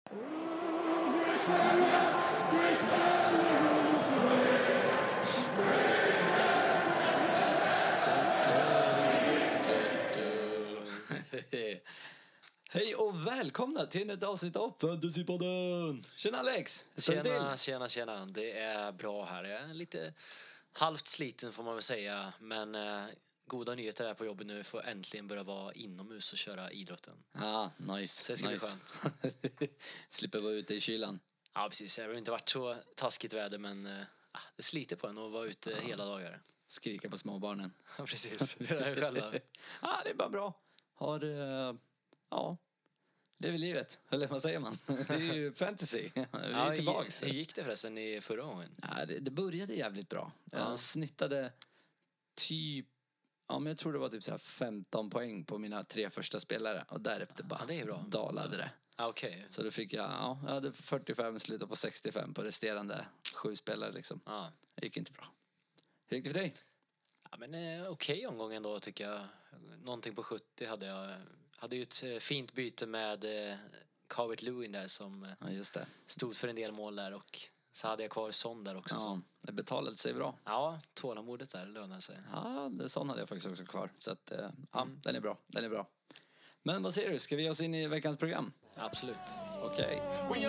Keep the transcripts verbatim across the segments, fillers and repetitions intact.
Hej och välkomna till ett avsnitt av Fantasypodden. Tjena Alex. Tjena, tjena, tjena. Det är bra här. Jag är lite halvt sliten får man väl säga. Men eh, goda nyheter är på jobbet nu. Får äntligen börja vara inomhus och köra idrotten. Ja, ah, nice. Så det ska nice. bli skönt. Slipper vara ute i kylan. Ja, precis. Det har inte varit så taskigt väder, men eh, det sliter på en att vara ute ah. hela dagar. Skrika på småbarnen. Ja, precis. Det är det själva. Ja, det är bara bra. Har, uh, ja, det är väl livet. Eller vad säger man? Det är ju fantasy. Vi är ja, tillbaks. Hur gick det förresten i förra gången? Ja, det, det började jävligt bra. Jag ja. snittade typ, ja men jag tror det var typ så här femton poäng på mina tre första spelare. Och därefter bara ja, det är bra. dalade det. Ja, okej. Okay. Så då fick jag, ja, jag hade fyrtiofem, slutade på sextiofem på resterande sju spelare liksom. Ja. Det gick inte bra. Hur gick det för dig? Ja, men eh, okej okay omgång ändå tycker jag. Någonting på sjuttio hade jag. Hade ju ett fint byte med eh, Calvert-Lewin där som eh, ja, just det. stod för en del mål där, och så hade jag kvar Son där också. Ja, så. Det betalade sig bra. Ja, tålamodet där lönar sig. Ja, det Son hade jag faktiskt också kvar. Så att, eh, ja, mm. den är bra, den är bra. Men vad säger du, ska vi ge oss in i veckans program? Absolut. Okej. Okay.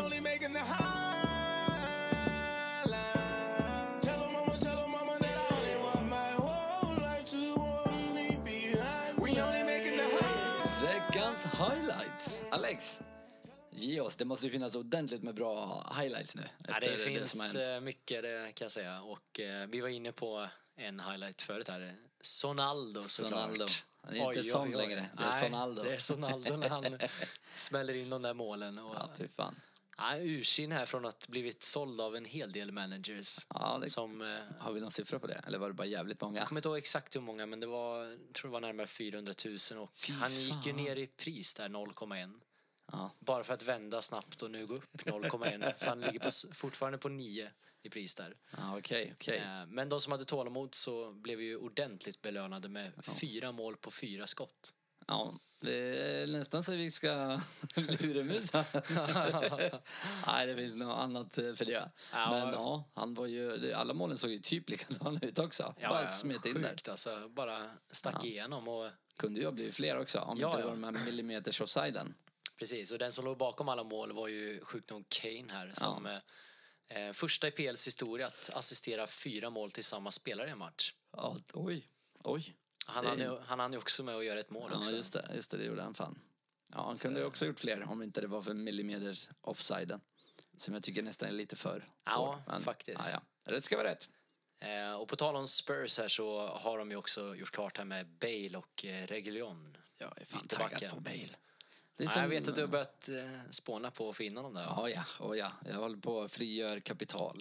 Veckans highlights. Alex, ge oss. Det måste ju finnas ordentligt med bra highlights nu. Ja, det finns det mycket, det kan jag säga. Och eh, vi var inne på en highlight förut här. Sonaldo såklart. Sonaldo. Det är inte oj, Son oj, oj. längre. Det är Nej, Sonaldo. Det är Sonaldo när han smäller in de där målen. Och, ja, fy fan. Ja, ursin här från att blivit såld av en hel del managers. Ja, det, som, eh, har vi någon siffra på det? Eller var det bara jävligt många? Jag kommer inte ihåg exakt hur många, men det var, jag tror det var närmare fyrahundratusen. Och fy han gick fan. ju ner i pris där noll komma ett. Ja. Bara för att vända snabbt och nu gå upp noll komma ett. Så han ligger på, fortfarande på nio i pris där. Ja, okej, okej. Eh, men de som hade tålamod så blev ju ordentligt belönade med ja. fyra mål på fyra skott. Ja, det är nästan så vi ska luremusa. Nej, det finns något annat för det. Ja, men ja, han var ju, alla målen såg ju typ likadana ut också. Ja, bara smet in sjukt, där. Alltså, bara stack ja. igenom. Och kunde ju ha blivit fler också, om ja, inte det ja. var de här millimeters offsiden. Precis, och den som låg bakom alla mål var ju sjukt nog Kane här. Som ja. eh, första i P L:s historia att assistera fyra mål till samma spelare i en match. Ja, oj, oj. Han hann, ju, han hann ju också med att göra ett mål ja, också. Ja, just det, just det, det gjorde han fan. Ja, han så kunde ju också gjort fler om inte det var för millimeters offsiden. Som jag tycker nästan är lite för ja, hård. Men, faktiskt. Ja, ja. Rätt ska vara rätt. Eh, och på tal om Spurs här så har de ju också gjort klart här med Bale och eh, Reguilón. Jag är fan taggad på Bale. Det är som, ja, jag vet att du har börjat eh, spåna på att finna dem där. Ja, ja, oh, ja. Jag håller på att frigöra kapital.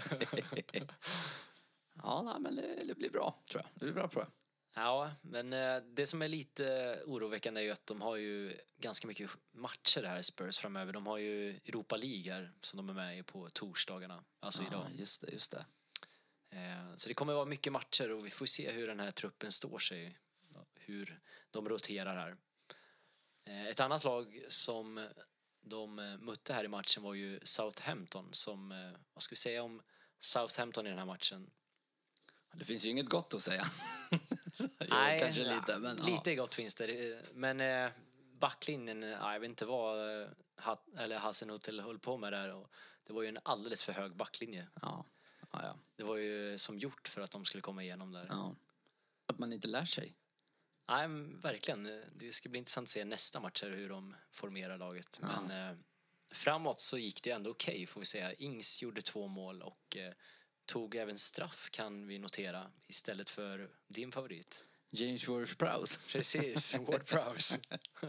Ja, nej, men det, det blir bra, tror jag. Det blir bra, tror jag. Ja, men eh, det som är lite oroväckande är ju att de har ju ganska mycket matcher här, Spurs, framöver. De har ju Europa League här, som de är med i på torsdagarna, alltså ja, idag. Just det, just det. Eh, så det kommer att vara mycket matcher och vi får se hur den här truppen står sig, hur de roterar här. Eh, ett annat lag som de mötte här i matchen var ju Southampton, som, eh, vad ska vi säga om Southampton i den här matchen? Det finns ju inget gott att säga. Nej, kanske ja, lite, men lite ja. gott finns det. Men eh, backlinjen, ja, jag vet inte vad eh, hat, eller Hasenhutel höll på med där. Och det var ju en alldeles för hög backlinje. Ja. Ja, ja. Det var ju som gjort för att de skulle komma igenom där. Ja. Att man inte lär sig. Nej, verkligen. Det ska bli intressant att se nästa match här hur de formerar laget. Ja. Men eh, framåt så gick det ändå okej, okay, får vi säga. Ings gjorde två mål och eh, tog även straff, kan vi notera, istället för din favorit. James Ward-Prowse. Precis, Ward-Prowse.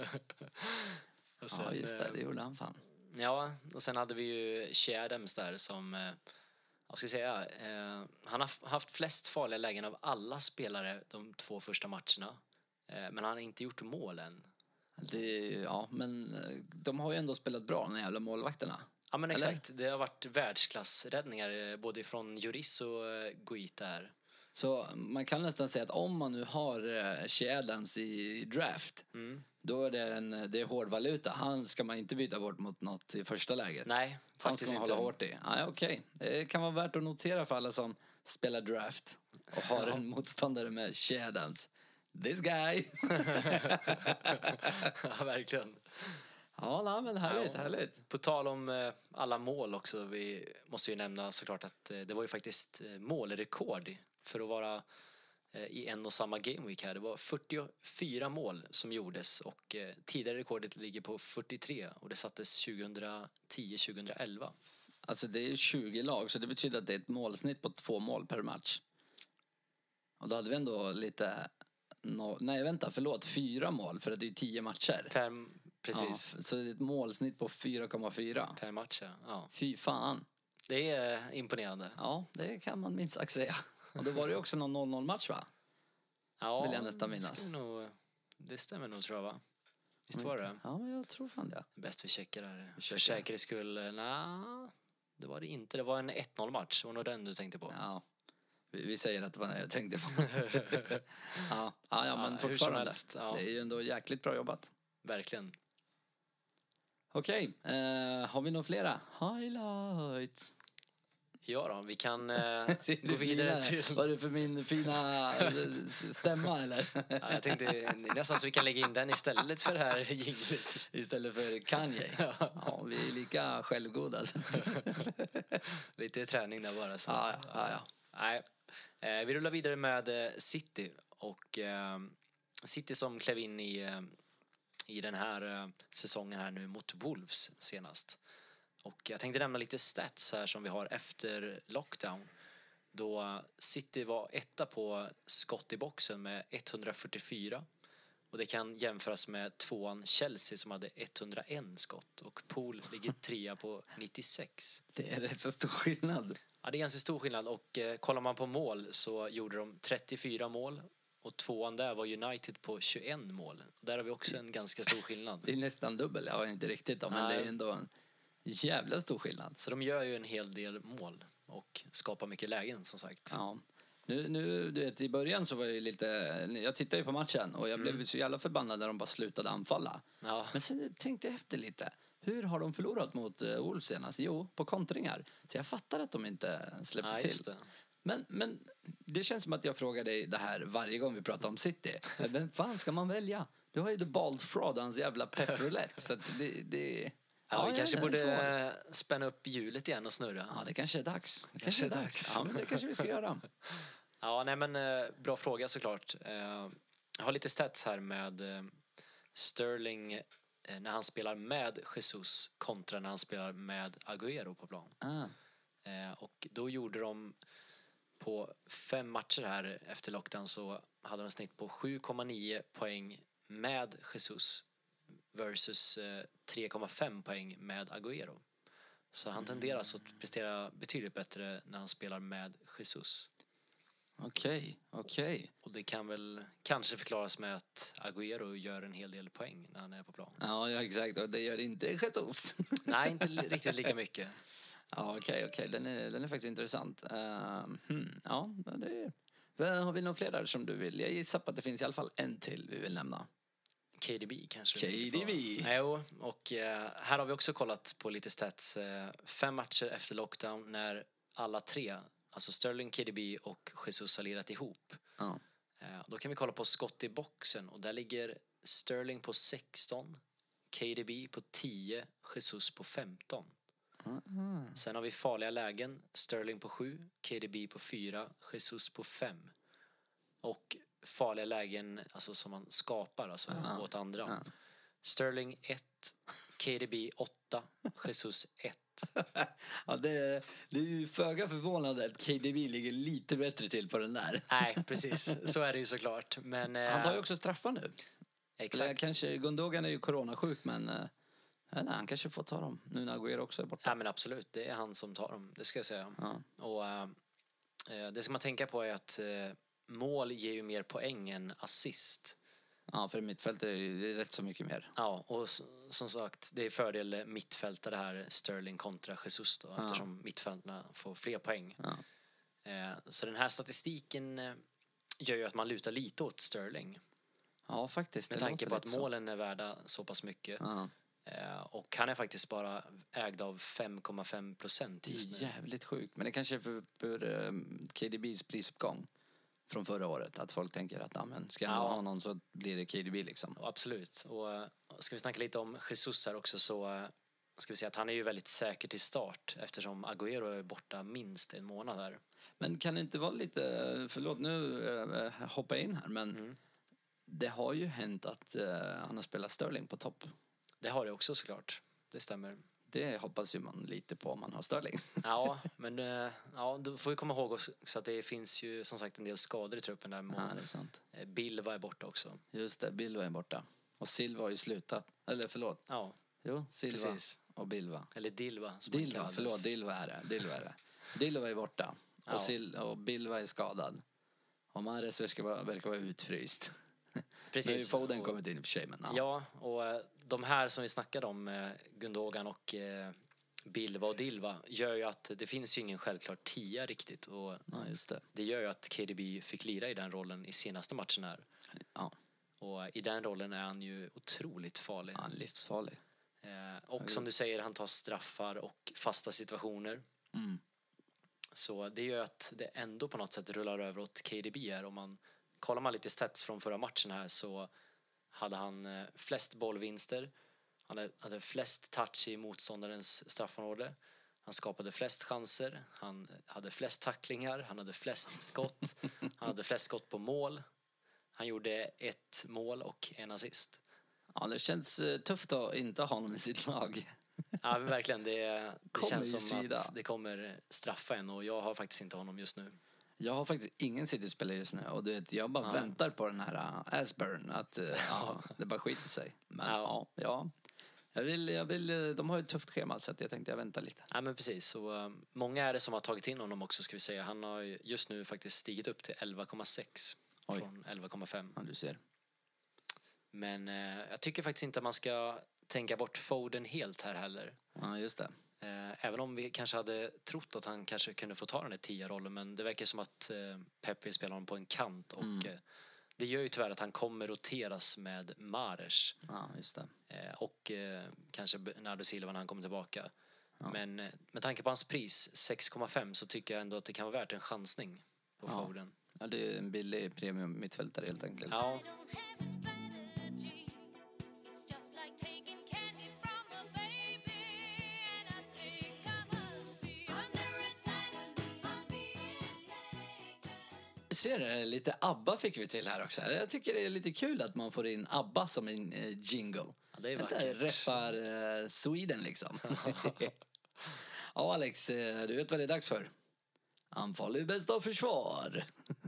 Ja, just det, det gjorde han fan. Ja, och sen hade vi ju Adams där som, eh, jag ska säga, eh, han har haft flest farliga lägen av alla spelare de två första matcherna. Eh, men han har inte gjort mål än. Det, ja, men de har ju ändå spelat bra, de jävla målvakterna. Ja, men exakt. Eller? Det har varit världsklassräddningar både från Lloris och Guita här. Så man kan nästan säga att om man nu har uh, Shea Adams i draft, mm. då är det, en, det är hårdvaluta. Han ska man inte byta bort mot något i första läget. Nej, faktiskt han ska man inte. hålla hårt i. Ah, okej. Okay. Det kan vara värt att notera för alla som spelar draft och har en motståndare med Shea Adams. This guy! Ja, verkligen. Ja, nej, men härligt, ja, härligt. På tal om eh, alla mål också, vi måste ju nämna såklart att eh, det var ju faktiskt eh, målrekord för att vara eh, i en och samma gameweek här. Det var fyrtiofyra mål som gjordes och eh, tidigare rekordet ligger på fyrtiotre och det sattes tjugohundratio tjugohundraelva. Alltså det är tjugo lag, så det betyder att det är ett målsnitt på två mål per match. Och då hade vi ändå lite... No, nej, vänta, förlåt. Fyra mål, för att det är tio matcher. Per, precis. Ja, så det är ett målsnitt på fyra komma fyra. Per match, ja. Fy fan. Det är imponerande. Ja, det kan man minst sagt säga. Och då var det ju också någon noll noll-match, va? Ja, vill jag nästan minnas. Det, nog, det stämmer nog, tror jag, va? Visst var det? Ja, men jag tror fan det. Bäst vi checkar där. För säkerhets skull, nej, det var det inte. Det var en ett noll-match. Och nog den du tänkte på. Ja. Vi säger att det var när jag tänkte på. ja, ja, ja, men ja, fortfarande. Helst, ja. Det är ju ändå jäkligt bra jobbat. Verkligen. Okej, okay, eh, har vi några flera highlights? Ja då, vi kan eh, gå vidare till... Var det för min fina stämma, eller? Ja, jag tänkte nästan så vi kan lägga in den istället för det här jinglet. Istället för Kanye. Ja, ja, vi är lika självgoda. Lite träning där bara. Så. Ja, ja, ja. Nej. Eh, vi rullar vidare med City och eh, City som klev in i, eh, i den här eh, säsongen här nu mot Wolves senast. Och jag tänkte nämna lite stats här som vi har efter lockdown. Då City var etta på skott i boxen med etthundrafyrtiofyra. Och det kan jämföras med tvåan Chelsea som hade etthundraen skott. Och Pool ligger trea på nittiosex. Det är rätt så stor skillnad. Ja, det är ganska stor skillnad. Och eh, kollar man på mål så gjorde de trettiofyra mål. Och tvåan där var United på tjugoen mål. Där har vi också en ganska stor skillnad. Det är nästan dubbel, ja, inte riktigt då, men Nej. det är ändå en jävla stor skillnad. Så de gör ju en hel del mål och skapar mycket lägen, som sagt. Ja. Nu, nu, du vet, i början så var jag lite... Jag tittade ju på matchen och jag blev mm. så jävla förbannad när de bara slutade anfalla. Ja. Men sen tänkte jag efter lite. Hur har de förlorat mot uh, Wolves senast? Jo, på kontringar. Så jag fattar att de inte släpper ja, till. Men, men det känns som att jag frågar dig det här varje gång vi pratar om City. Vem fan ska man välja? Du har ju The Bald Fraud, hans jävla pepperroulette. Så att det... det Ja, ja, vi kanske borde spänna upp hjulet igen och snurra. Ja, det kanske är dags. Det kanske är dags. Ja, men det kanske vi ska göra. Ja, nej men bra fråga såklart. Jag har lite stats här med Sterling när han spelar med Jesus kontra när han spelar med Agüero på plan. Ah. Och då gjorde de på fem matcher här efter lockdown så hade de snitt på sju komma nio poäng med Jesus versus tre komma fem poäng med Agüero. Så han tenderar så att prestera betydligt bättre när han spelar med Jesus. Okej, okay, okej. Okay. Och det kan väl kanske förklaras med att Agüero gör en hel del poäng när han är på plan. Ja, ja exakt. Och det gör inte Jesus. Nej, inte riktigt lika mycket. Ja, okej, okay, okej. Okay. Den, är, den är faktiskt intressant. Uh, hmm, ja, det är... Har vi några fler där som du vill? Jag gissar på att det finns i alla fall en till vi vill nämna. K D B kanske. K D B. Jo, och eh, här har vi också kollat på lite stats. Eh, fem matcher efter lockdown när alla tre, alltså Sterling, K D B och Jesus har lirat ihop. Oh. Eh, då kan vi kolla på skott i boxen och där ligger Sterling på sexton, K D B på tio, Jesus på femton. Mm. Sen har vi farliga lägen, Sterling på sju, K D B på fyra, Jesus på fem. Och farliga lägen alltså som man skapar alltså ja. åt andra. Ja. Sterling ett, K D B åtta, Jesus ett. Ja, det, det är ju föga förvånande att K D B ligger lite bättre till på den där. Nej, precis. Så är det ju såklart. Men, han tar ju också straffar nu. Exakt. Eller kanske, Gundogan är ju coronasjuk, men nej, han kanske får ta dem nu när Agüero också är borta. Ja, men absolut. Det är han som tar dem, det ska jag säga. Ja. Och äh, det ska man tänka på är att äh, mål ger ju mer poäng än assist. Ja, för mittfältare är det rätt så mycket mer. Ja, och som sagt, det är fördel mittfältare här, Sterling kontra Jesus då, ja. Eftersom mittfältarna får fler poäng. Ja. Så den här statistiken gör ju att man lutar lite åt Sterling. Ja, faktiskt. Med tanke på att målen så. Är värda så pass mycket. Ja. Och han är faktiskt bara ägd av fem komma fem procent just nu. Det är jävligt sjukt. Men det kanske är för, för um, K D B:s prisuppgång från förra året. Att folk tänker att amen, ska jag ja. ha någon så blir det K D B liksom. Ja, absolut. Och ska vi snacka lite om Jesus här också, så ska vi säga att han är ju väldigt säker till start eftersom Agüero är borta minst en månad här. Men kan det inte vara lite, förlåt nu äh, hoppa in här, men mm. det har ju hänt att äh, han har spelat Sterling på topp. Det har det också såklart, det stämmer. Det hoppas ju man lite på om man har Sterling. Ja, men äh, ja, då får vi komma ihåg också att det finns ju som sagt en del skador i truppen där. Ja, det är sant. Bilva är borta också. Just det, Bilva är borta. Och Silva har ju slutat, eller förlåt. Ja, jo, Silva precis. Och Bilva. Eller Dilva som Dilva, förlåt, Dilva är det. Dilva är det. Dilva är borta. Och, ja. Sil- och Bilva är skadad. Och Mahrez verkar vara, verkar vara utfryst. Precis. Nu har Foden kommit in i för sig, men ja. Ja, och de här som vi snackade om, Gundogan och eh, Bilva och Dilva, gör ju att det finns ju ingen självklar tia riktigt. Och ja, just det. Det gör ju att K D B fick lira i den rollen i senaste matchen här. Ja. Och i den rollen är han ju otroligt farlig. Ja, livsfarlig. Eh, och som du säger, han tar straffar och fasta situationer. Mm. Så det gör att det ändå på något sätt rullar över åt K D B här. Om man kollar man lite stats från förra matchen här, så hade han flest bollvinster. Han hade, hade flest touch i motståndarens straffområde. Han skapade flest chanser. Han hade flest tacklingar. Han hade flest skott. Han hade flest skott på mål. Han gjorde ett mål och en assist. Ja, det känns tufft att inte ha honom i sitt lag. Ja, men verkligen. Det, det känns som att det kommer straffa en, och jag har faktiskt inte honom just nu. Jag har faktiskt ingen City-spelare just nu, och du vet, jag bara ja. väntar på den här uh, Asburn, att uh, ja, det bara skiter sig. Men ja, ja, ja. Jag vill, jag vill, de har ju ett tufft schema, så att jag tänkte jag väntar lite. Ja, men precis. Så, uh, många är det som har tagit in honom också, ska vi säga. Han har just nu faktiskt stigit upp till elva komma sex från elva komma fem. Ja, du ser. Men uh, jag tycker faktiskt inte att man ska tänka bort Foden helt här heller. Ja, just det. Även om vi kanske hade trott att han kanske kunde få ta den där tia-rollen, men det verkar som att Pep vill spela honom på en kant, och mm. det gör ju tyvärr att han kommer roteras med Mahrez. Ja, just det. Och kanske Bernardo Silva när han kommer tillbaka. Ja. Men med tanke på hans pris, sex komma fem, så tycker jag ändå att det kan vara värt en chansning på ja. Foden. Ja, det är en billig premium mittfältare helt enkelt. Ja. Ser lite ABBA fick vi till här också. Jag tycker det är lite kul att man får in ABBA som en uh, jingle. Ja, det är vackert. Rappar uh, Sweden liksom. Ja, Alex, du vet vad det är dags för? Anfall är bästa försvar.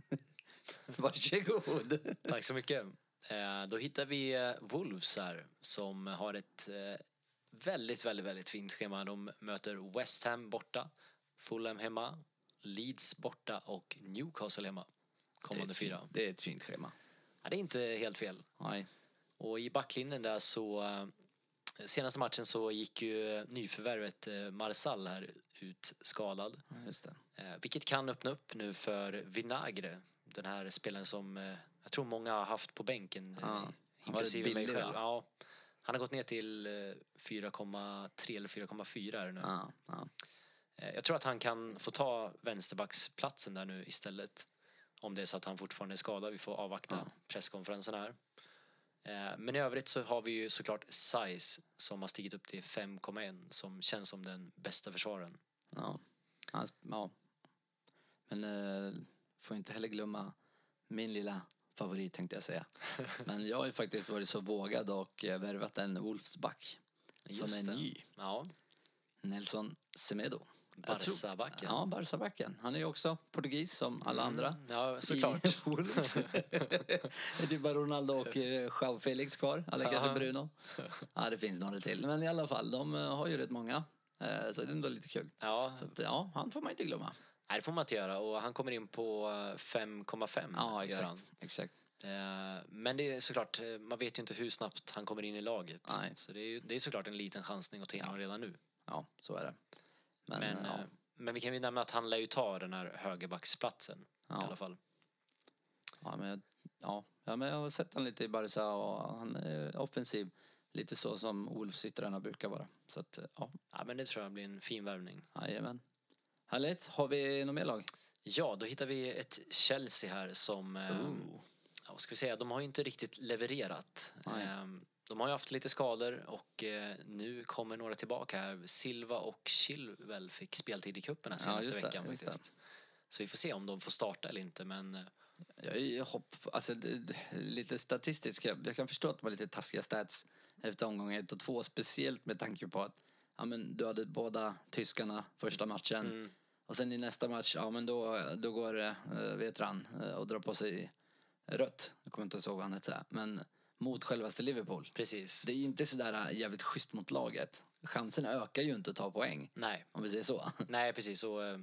Varsågod. Tack så mycket. Eh, då hittar vi eh, Wolves här, som har ett eh, väldigt, väldigt, väldigt fint schema. De möter West Ham borta, Fulham hemma, Leeds borta och Newcastle hemma. Kommande fyra. Fint, det är ett fint schema. Ja, det är inte helt fel. Nej. Och i backlinjen där så senaste matchen så gick ju nyförvärvet Marsal här ut skadad. Ja, just det. Vilket kan öppna upp nu för Vinagre, den här spelaren som jag tror många har haft på bänken, ja, inklusive mig själv. Ja, han har gått ner till fyra komma tre eller fyra komma fyra här nu. Ja, ja. Jag tror att han kan få ta vänsterbacksplatsen där nu istället. Om det är så att han fortfarande är skadad. Vi får avvakta ja. presskonferensen här. Men i övrigt så har vi ju såklart Size som har stigit upp till fem komma ett, som känns som den bästa försvararen. Ja, ja. Men äh, får inte heller glömma min lilla favorit, tänkte jag säga. Men jag har ju faktiskt varit så vågad och värvat en Wolfsback som är det. ny. Ja. Nelson Semedo. Barca-backen. Ja, Barca-backen. Han är ju också portugis som alla andra. Mm, ja, såklart. Wolves. Det är bara Ronaldo och João Felix kvar. Alla kanske Bruno. Ja, det finns några till. Men i alla fall, de har ju rätt många. Så det är ändå lite kul. Ja. Så att, ja, han får man inte glömma. Nej, det får man inte göra. Och han kommer in på fem komma fem. Ja, exakt. exakt. Men det är såklart, man vet ju inte hur snabbt han kommer in i laget. Nej. Så det är, det är såklart en liten chansning att ta in honom redan nu. Ja, så är det. Men, Men ja. men vi kan ju nämna att han lär ju ta den här högerbacksplatsen ja. i alla fall. Ja, men, ja. ja, men jag har sett han lite i Barca och han är offensiv. Lite så som Wolves-yttrarna brukar vara. Så att, ja. Ja, men det tror jag blir en fin värvning. Jajamän. Härligt. Har vi något mer lag? Ja, då hittar vi ett Chelsea här som... Eh, Oh. ja, vad ska vi säga? De har ju inte riktigt levererat. Eh, de har ju haft lite skador och eh, nu kommer några tillbaka här. Silva och Chilwell fick speltid i cupen här senaste ja, det, veckan faktiskt. Så vi får se om de får starta eller inte, men... Eh, Jag är hopp, alltså, det, lite statistiskt. Jag, jag kan förstå att de har lite taskiga stats efter omgång ett och två. Speciellt med tanke på att ja, men, du hade båda tyskarna första matchen. Mm. Och sen i nästa match, ja men då, då går det, vet han, och drar på sig rött. Jag kommer inte ihåg vad han hette. Men mot självaste Liverpool. Precis. Det är ju inte sådär jävligt schysst mot laget. Chansen ökar ju inte att ta poäng. Nej. Om vi säger så. Nej, precis. Och, eh,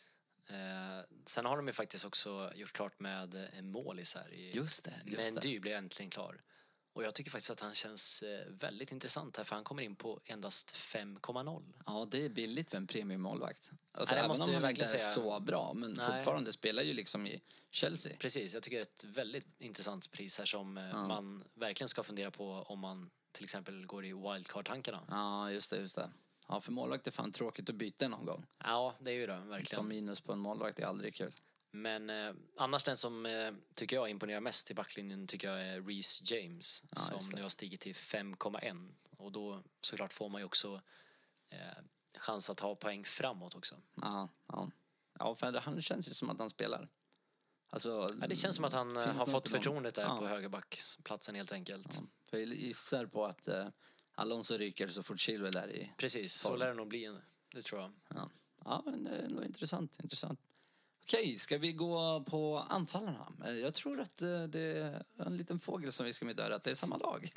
sen har de ju faktiskt också gjort klart med en målis här. I, just det. Just men det. du blir äntligen klar. Och jag tycker faktiskt att han känns väldigt intressant här, för han kommer in på endast fem komma noll. Ja, det är billigt för en premiummålvakt. Alltså, Nej, även måste om han verkligen inte är säga. så bra, men Nej. fortfarande spelar ju liksom i Chelsea. Precis, jag tycker det är ett väldigt intressant pris här som ja. man verkligen ska fundera på om man till exempel går i wildcard-tankarna. Ja, just det, just det. Ja, för målvakt är fan tråkigt att byta någon gång. Ja, det är ju det, verkligen. Ta minus på en målvakt är aldrig kul. Men eh, annars den som eh, tycker jag imponerar mest i backlinjen tycker jag är Reece James, ja, som nu har stigit till fem komma ett. Och då såklart får man ju också eh, chans att ta poäng framåt också. Ja, ja. ja för han känns ju som att han spelar. Alltså, ja, det känns som att han har fått förtroendet där ja. på högerbackplatsen helt enkelt. Ja, för jag gissar på att eh, Alonso ryker så fort Chilwell där i... Precis, så lär det nog bli, det tror jag. Ja, ja men det är nog intressant, intressant. Okej, ska vi gå på anfallarna? Jag tror att det är en liten fågel som vi ska med att det är samma lag.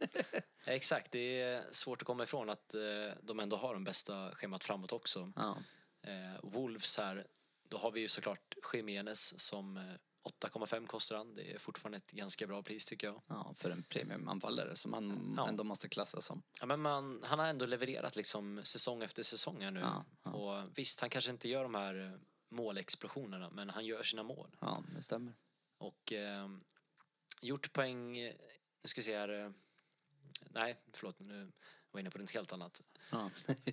Exakt, det är svårt att komma ifrån att de ändå har den bästa schemat framåt också. Ja. Wolves här, då har vi ju såklart Jimenez som åtta komma fem kostar han. Det är fortfarande ett ganska bra pris tycker jag. Ja, för en premiumanfallare som man ja. ändå måste klassa som. Ja, men man, han har ändå levererat liksom säsong efter säsong här nu. Ja, ja. Och visst, han kanske inte gör de här målexplosionerna, men han gör sina mål. Ja, det stämmer. Och eh, gjort poäng, nu ska vi se här. Eh, nej, förlåt, nu var jag inne på något helt annat. Ja.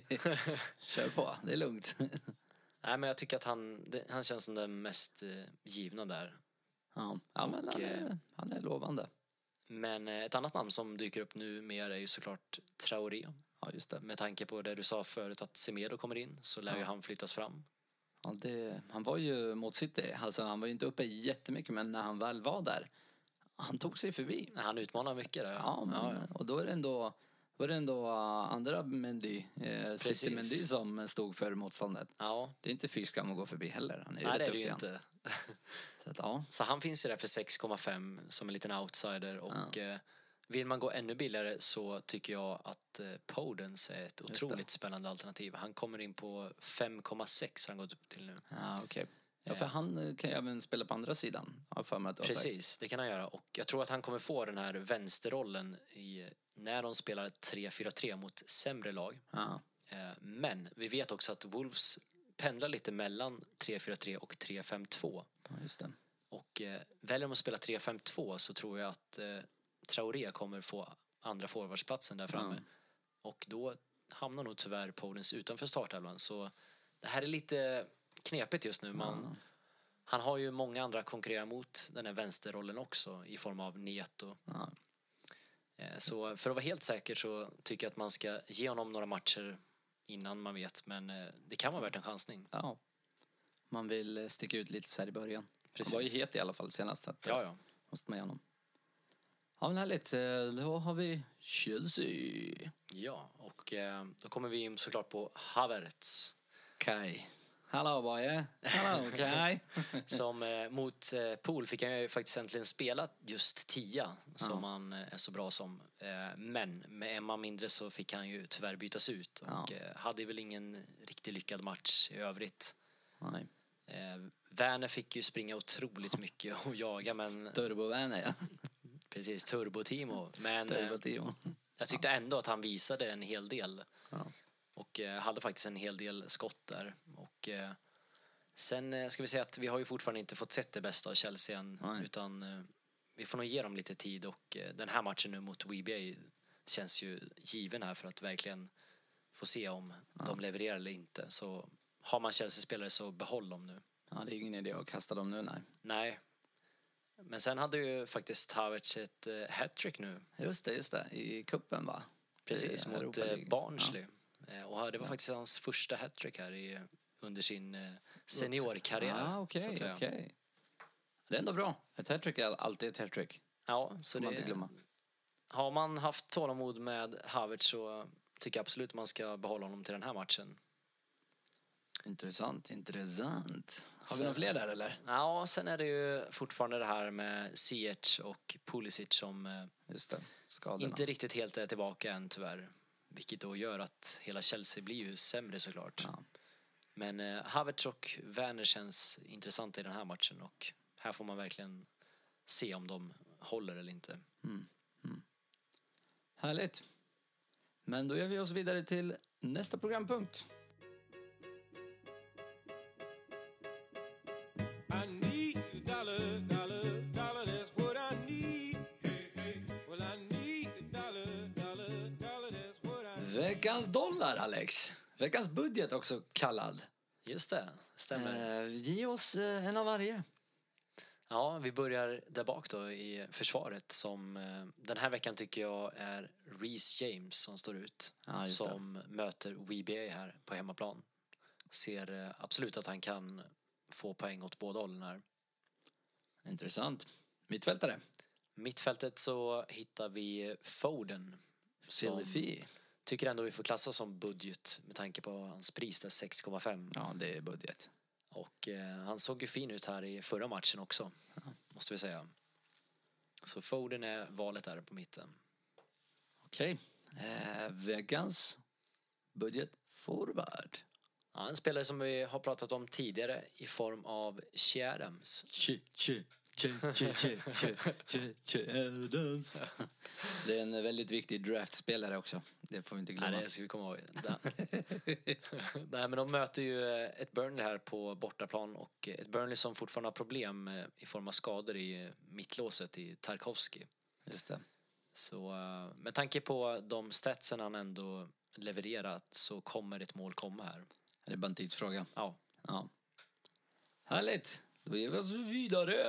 Kör på, det är lugnt. Nej, men jag tycker att han, det, han känns som den mest eh, givna där. Ja, ja men och, han, är, han är lovande. Men eh, ett annat namn som dyker upp nu mer är ju såklart Traoré. Ja, just det. Med tanke på det du sa förut att Semedo kommer in, så lär ja. ju han flyttas fram. Ja, det, han var ju mot City, alltså han var ju inte uppe jättemycket, men när han väl var där, han tog sig förbi. Han utmanar mycket där. Ja, men, ja, ja. och då är det ändå, var det ändå andra Mendy, eh, City Mendy som stod för motståndet. Ja. Det är inte fy skam att gå förbi heller. Han är ju Nej, rätt det är det ju inte. Så, att, ja. Så han finns ju där för sex komma fem som en liten outsider, och ja. eh, vill man gå ännu billigare så tycker jag att eh, Podence är ett otroligt spännande alternativ. Han kommer in på fem komma sex har han gått upp till nu. Ja, okej. Okay. Ja, för han kan ju även spela på andra sidan. För mig att Precis, det kan han göra. Och jag tror att han kommer få den här vänsterrollen i, när de spelar tre fyra tre mot sämre lag. Ja. Eh, men vi vet också att Wolves pendlar lite mellan tre fyra tre och tre fem två. Ja, just det. Och eh, väljer de att spela tre fem två så tror jag att eh, Traoré kommer få andra forwardsplatsen där framme. Mm. Och då hamnar nog tyvärr Podence utanför startelvan. Så det här är lite knepigt just nu. Man, mm. Han har ju många andra att konkurrera mot den här vänsterrollen också i form av Neto. Mm. Så för att vara helt säker så tycker jag att man ska ge honom några matcher innan man vet. Men det kan vara värt en chansning. Ja. Man vill sticka ut lite så här i början. Precis. Han var ju het i alla fall senast. Att, ja, ja. Måste man igenom. Ja, men härligt. Då har vi Chelsea. Ja, och då kommer vi in såklart på Havertz. Okej. Okay. Hallå, boy. Hallå, okej. Som eh, mot eh, Pool fick han ju faktiskt äntligen spela just tia, som ja. han är så bra som. Eh, men med en man mindre så fick han ju tyvärr bytas ut. Och ja. eh, hade väl ingen riktigt lyckad match i övrigt. Nej. Eh, Werner fick ju springa otroligt mycket och jaga, men... Turbo-Werner, ja. Precis, Turbo-Timo. Men Turbo-Timo. Eh, jag tyckte ändå att han visade en hel del. Ja. Och eh, hade faktiskt en hel del skott där. Och och eh, sen eh, ska vi säga att vi har ju fortfarande inte fått sett det bästa av Chelsea än, Nej. utan eh, vi får nog ge dem lite tid och eh, den här matchen nu mot W B A känns ju given här för att verkligen få se om Ja. de levererar eller inte. Så har man Chelsea-spelare så behåll dem nu. Ja, det är ingen idé att kasta dem nu, nej. Nej. Men sen hade ju faktiskt Havertz ett eh, hattrick nu. Just det, just det. I kuppen va? Precis, I mot Europa eh, League. Barnsley. Eh, och det var Ja. faktiskt hans första hattrick här i, under sin eh, seniorkarriär. Ah, så okej, att säga. okej. Det är ändå bra. Ett hattrick är alltid ett hattrick. Ja, så Får man det, inte glömma. har man haft tålamod med Havertz så tycker jag absolut man ska behålla honom till den här matchen. Intressant, intressant. Har Så- vi några fler där eller? Ja, sen är det ju fortfarande det här med Ziyech och Pulisic som eh, Just det, skadorna. inte riktigt helt är tillbaka än tyvärr. Vilket då gör att hela Chelsea blir ju sämre såklart. Ja. Men eh, Havertz och Werner känns intressanta i den här matchen och här får man verkligen se om de håller eller inte. Härligt. Men då gör vi oss vidare till nästa programpunkt. I need a dollar, dollar, dollar, that's what I need. Hey, hey. Well, I need a dollar, dollar, dollar, that's what I need. Veckans dollar, Alex. Veckans budget också kallad. Just det, stämmer. Eh, ge oss eh, en av varje. Ja, vi börjar där bak då i försvaret som eh, den här veckan tycker jag är Reece James som står ut. Ja, just det. som möter W B A här på hemmaplan. Ser eh, absolut att han kan få poäng åt båda hållen här. Intressant. Mittfältare. Mittfältet så hittar vi Foden. Som Filify. tycker ändå vi får klassa som budget med tanke på hans pris där sex komma fem. Ja, det är budget. Och eh, han såg ju fin ut här i förra matchen också, måste vi säga. Så Foden är valet där på mitten. Okej. Eh, veckans budget forward. Ja, en spelare som vi har pratat om tidigare i form av Che Adams. Che, che, che, che, che, che, che, che Adams. Det är en väldigt viktig draftspelare också. Det får vi inte glömma. Nej, det ska vi komma ihåg. Nej, men de möter ju ett Burnley här på bortaplan och ett Burnley som fortfarande har problem i form av skador i mittlåset i Tarkovsky. Just det. Så eh, med tanke på de statsen han ändå levererat så kommer ett mål komma här. Det är bara en tidsfråga. Ja, Ja. Härligt. Då ger vi oss vidare.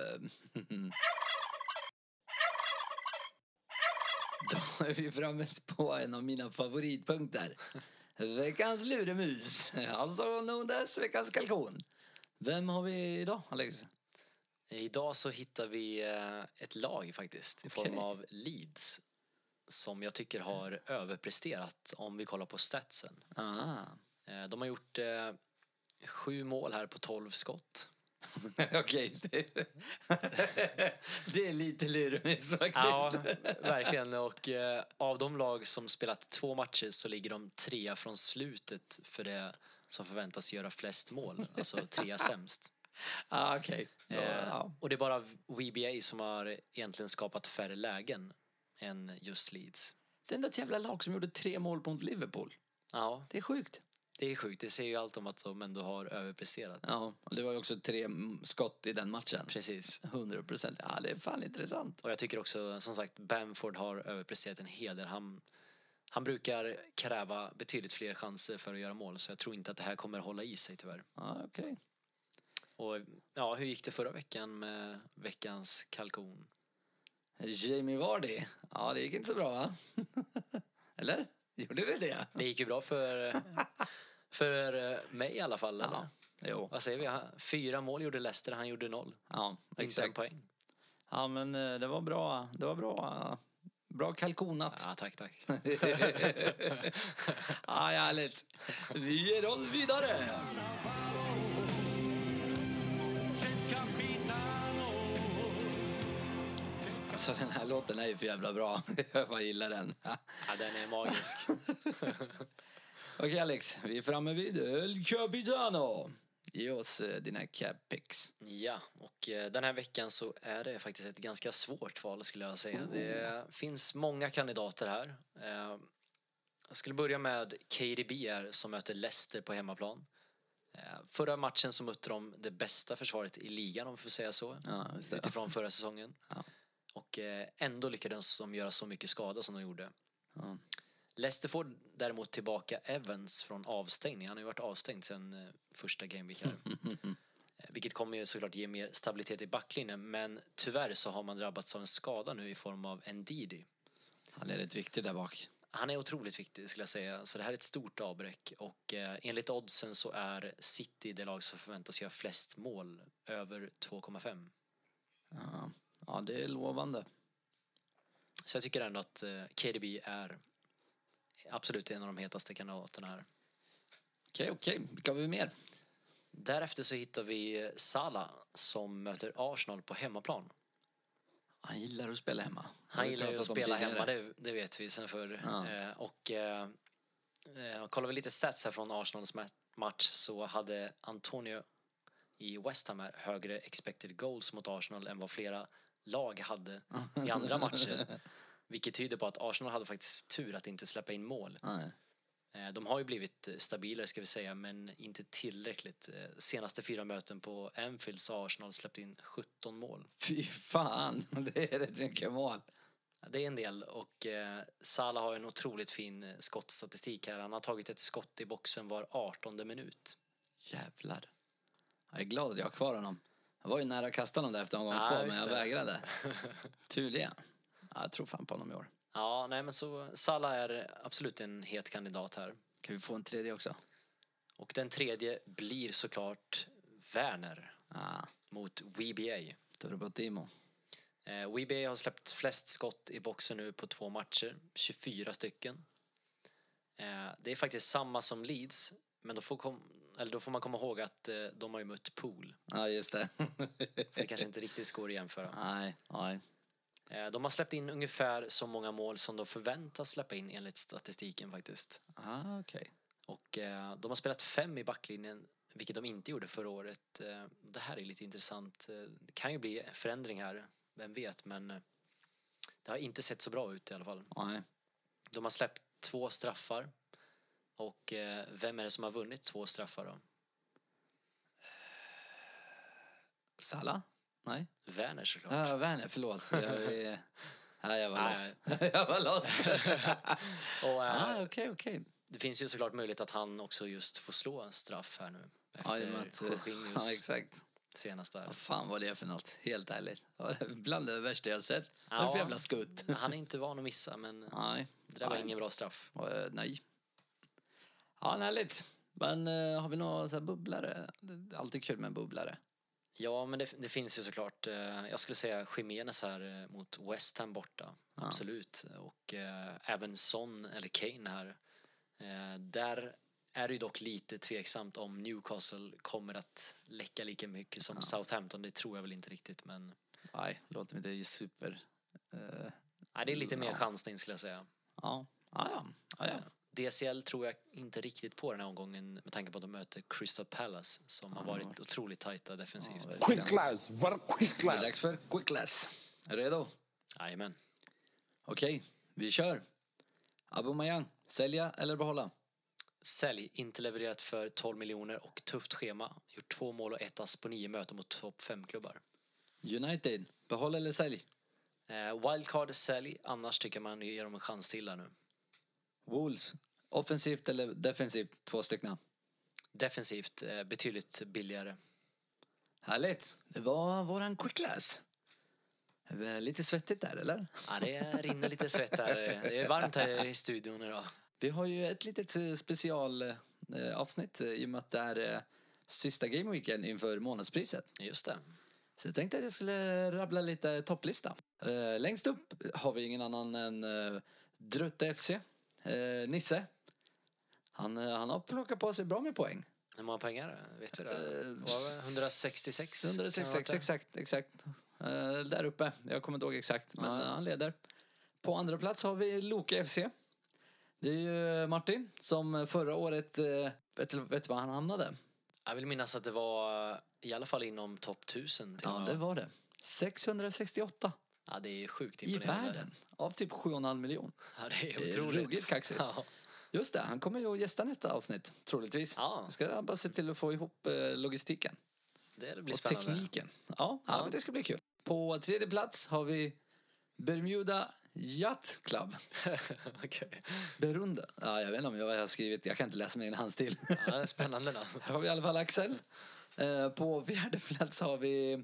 Då är vi framme på en av mina favoritpunkter. Veckans luremus. Alltså known as veckans kalkon. Vem har vi idag, Alex? idag så hittar vi eh, ett lag faktiskt i Okej. form av Leeds som jag tycker har överpresterat om vi kollar på statsen. Ah. Eh, de har gjort eh, sju mål här på tolv skott. Okej. Det, det är lite luremus faktiskt. Ja, verkligen. Och eh, av de lag som spelat två matcher så ligger de trea från slutet för det som förväntas göra flest mål. Alltså trea sämst. Ah, okej. Då, Eh, ja. och det är bara W B A som har egentligen skapat färre lägen än just Leeds. Det är ändå ett jävla lag som gjorde tre mål mot Liverpool. Ja, Det är sjukt. det är sjukt. Det säger ju allt om att de ändå har överpresterat. Ja, och det var ju också tre mm, skott i den matchen. Precis. hundra procent. Ja, det är fan intressant. Och jag tycker också, som sagt, Bamford har överpresterat en hel del. Han, han brukar kräva betydligt fler chanser för att göra mål, så jag tror inte att det här kommer hålla i sig tyvärr. Ja, okej. Och ja, hur gick det förra veckan med veckans kalkon? Jamie Vardy. Ja, det gick inte så bra, va? Eller? Gjorde det det? Det gick ju bra för, för mig i alla fall. Eller? Ja, jo. Vad säger vi? Han- Fyra mål gjorde Leicester, han gjorde noll. Ja, Inte en exakt. poäng. Ja, men eh, det var bra. Det var bra. Bra kalkonat. Ja, tack, tack. Ja, härligt. Vi ger oss vidare. Alltså, den här låten är ju för jävla bra. Jag bara gillar den. Ja, den är magisk. Okej, Alex. Vi är framme vid El Capitano. Ge oss eh, dina cap picks. Ja, och eh, den här veckan så är det faktiskt ett ganska svårt val skulle jag säga. Det finns många kandidater här. Eh, Jag skulle börja med K D B här som möter Leicester på hemmaplan. Förra matchen så mötte de det bästa försvaret i ligan, om vi får säga så, Ja, just det. utifrån förra säsongen. Ja. Och ändå lyckades de göra så mycket skada som de gjorde. Ja. Leicester får däremot tillbaka Evans från avstängning. Han har ju varit avstängd sedan första gameweek här. Vilket kommer ju såklart ge mer stabilitet i backlinjen. Men tyvärr så har man drabbats av en skada nu i form av Ndidi. Han är rätt viktig där bak. Han är otroligt viktig, skulle jag säga. Så det här är ett stort avbräck. Och eh, enligt oddsen så är City det lag som förväntas göra flest mål. Över två komma fem. Ja. Ja, det är lovande. Så jag tycker ändå att eh, K D B är absolut en av de hetaste kandidaterna här. Okej, okej. Vilka har vi mer? Därefter så hittar vi Salah som möter Arsenal på hemmaplan. Han gillar att spela hemma. Han gillar ju att spela hemma, det, det vet vi sen för. Ja. Eh, och eh, eh, kollar vi lite stats här från Arsenals match, så hade Antonio i West Ham här högre expected goals mot Arsenal än vad flera lag hade i andra matcher. Vilket tyder på att Arsenal hade faktiskt tur att inte släppa in mål. Nej. De har ju blivit stabilare, ska vi säga, men inte tillräckligt. Senaste fyra möten på Anfield så har Arsenal släppt in sjutton mål. Fy fan, det är rätt mycket mål. Det är en del, och eh, Salah har en otroligt fin skottstatistik här. Han har tagit ett skott i boxen var artonde minut. Jävlar. Jag är glad att jag har kvar honom. Jag var ju nära att kasta honom där efter omgång ja, två, men jag det. vägrade. Tydligen. Ja, jag tror fan på honom i år. Ja, nej men så Salah är absolut en het kandidat här. Kan vi få en tredje också? Och den tredje blir såklart Werner ah. mot W B A. Turbotimo. Eh, W B A har släppt flest skott i boxen nu på två matcher, tjugofyra stycken. Eh, det är faktiskt samma som Leeds, men då får, kom, eller då får man komma ihåg att eh, de har ju mött Pool. Ja, just det. Så det kanske inte riktigt går att jämföra. Nej, nej. De har släppt in ungefär så många mål som de förväntas släppa in enligt statistiken faktiskt. Ah, okej. Okay. Och eh, de har spelat fem i backlinjen, vilket de inte gjorde förra året. Eh, det här är lite intressant. Det kan ju bli förändring här, vem vet, men eh, det har inte sett så bra ut i alla fall. Nej. De har släppt två straffar. Och eh, vem är det som har vunnit två straffar då? Salah? Nej. Werner såklart. Ja, Werner, förlåt. Jag, är... ja, jag var lost. jag var lost. Och, äh, ah, okay, okay. Det finns ju såklart möjlighet att han också just får slå en straff här nu. Efter Jorginhos ja, exakt. senast där. Vad fan var det för något? Helt ärligt. Bland det värsta jag sett. Ja, vad är för jävla skutt? Han är inte van att missa, men nej. Det där var nej. ingen bra straff. Uh, nej. Ja, härligt. Men uh, har vi några så här bubblare? Det är alltid kul med en bubblare. Ja, men det, det finns ju såklart. Jag skulle säga Jimenez här mot West Ham borta. Ja. Absolut. Och eh, även Son eller Kane här. Eh, där är det ju dock lite tveksamt om Newcastle kommer att läcka lika mycket som ja. Southampton. Det tror jag väl inte riktigt, men... Nej, låter mig det är ju super... Uh, Nej, det är lite ja. mer chansning skulle jag säga. Ja, ja, ja. ja, ja. D C L tror jag inte riktigt på den här omgången med tanke på att de möter Crystal Palace som har varit ja. otroligt tajta defensivt. Ja, quick class, var quick class. Dags för quick class. Är du redo? Jajamän. Okej, okay, vi kör. Aubameyang, sälja eller behålla? Sälj, inte levererat för tolv miljoner och tufft schema. Gjort två mål och ett ass på nio möten mot topp fem klubbar. United, behåll eller sälj? Eh, wildcard, sälj. Annars tycker man ger dem en chans till där nu. Wolves, offensivt eller defensivt? Två stycken. Defensivt, eh, betydligt billigare. Härligt. Det var våran quick class. Lite svettigt där, eller? Ja, det rinner lite svett här. Det är varmt här i studion idag. Vi har ju ett litet specialavsnitt i och med att det är sista gameweeken inför månadspriset. Just det. Så jag tänkte att jag skulle rabbla lite topplista. Längst upp har vi ingen annan än Drutta F C. Eh, Nisse. Han, han har plockat på sig bra med poäng. Hur många poäng är det? Vet du det? Var det hundrasextiosex? hundrasextiosex, exakt, exakt. Eh, där uppe. Jag kommer inte ihåg exakt, men ja. han leder. På andra plats har vi Loke F C. Det är ju Martin som förra året, eh, vet du vet vad han hamnade? Jag vill minnas att det var i alla fall inom topp tusen. Till ja, det var det. sexhundrasextioåtta. Ja, det är sjukt imponerande. I världen. Av typ sju och en halv miljon. Ja, det är otroligt. Ruggigt kaxigt. Ja. Just det, han kommer ju att gästa nästa avsnitt, troligtvis. Ja. Jag ska bara se till att få ihop eh, logistiken. Det blir och spännande. tekniken. Ja, ja. Ja. Men det ska bli kul. På tredje plats har vi Bermuda Yacht Club. Okej. Berunda. Ja, jag vet inte om jag har skrivit. Jag kan inte läsa min handstil. Ja, det är spännande då. Här har vi i alla fall Axel. Eh, på fjärde plats har vi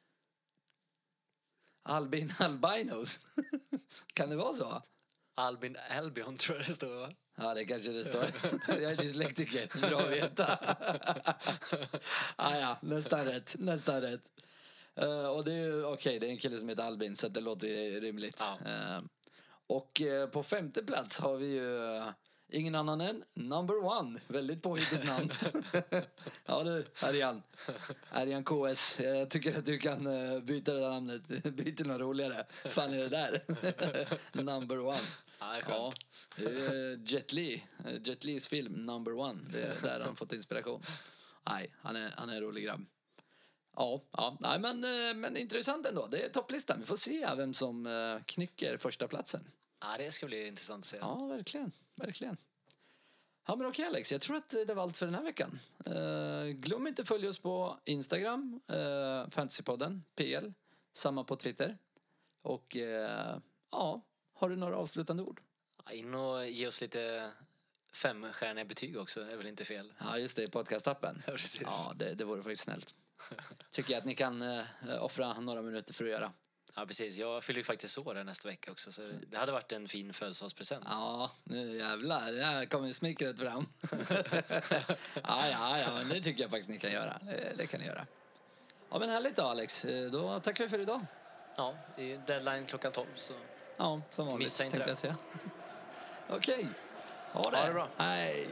Albin Albinos. Kan det vara så? Albin Albion tror jag det står, va? Ja, det kanske det står. Jag är dyslektiker. Bra att veta. ah, ja, nästan rätt. Nästan rätt. Uh, och det är ju, okej, okay, det är en kille som heter Albin, så det låter ju rimligt. Ja. Uh, och uh, på femte plats har vi ju uh, ingen annan än Number One. Väldigt påhittigt namn. Ja du, Arian. Arian K S. Jag tycker att du kan uh, byta det där namnet. Byta något roligare. Fan är det där? Number One. Ja, det är Ja, skönt. det är Jet Li. Jet Lis film Number One. Det är där han fått inspiration. Nej, han är, han är en rolig grabb. Ja, ja, nej, men, men intressant ändå. Det är topplistan. Vi får se vem som uh, knycker första platsen. Ja, det ska bli intressant att se. Ja, verkligen. Verkligen. Ja, men okej Alex. Jag tror att det var allt för den här veckan. Uh, glöm inte att följa oss på Instagram. Uh, Fantasypodden, P L. Samma på Twitter. Och uh, ja, har du några avslutande ord? Ja, in och ge oss lite femstjärniga betyg också, är väl inte fel. Ja, just det. I podcastappen. Ja, precis. Ja, det, det vore faktiskt snällt. Tycker jag att ni kan uh, offra några minuter för att göra. Ja, precis. Jag fyller ju faktiskt år nästa vecka också, så det hade varit en fin födelsedagspresent. Ja, nu jävlar. Det kommer smickret fram. ja, ja, ja. Men det tycker jag faktiskt ni kan göra. Det, det kan ni göra. Ja, men härligt då, Alex. Då tackar vi för idag. Ja, det är ju deadline klockan tolv, så Ja, som vanligt. Missa inte tänkte det. jag säga. Okej. Ha det. Ha det bra. Hej.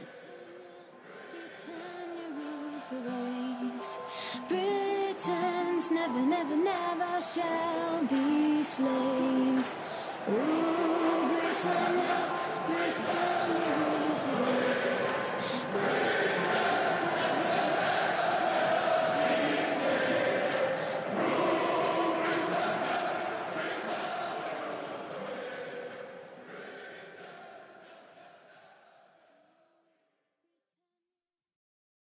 Britons never, never, never shall be slaves. Oh, Britannia, Britannia rules the waves.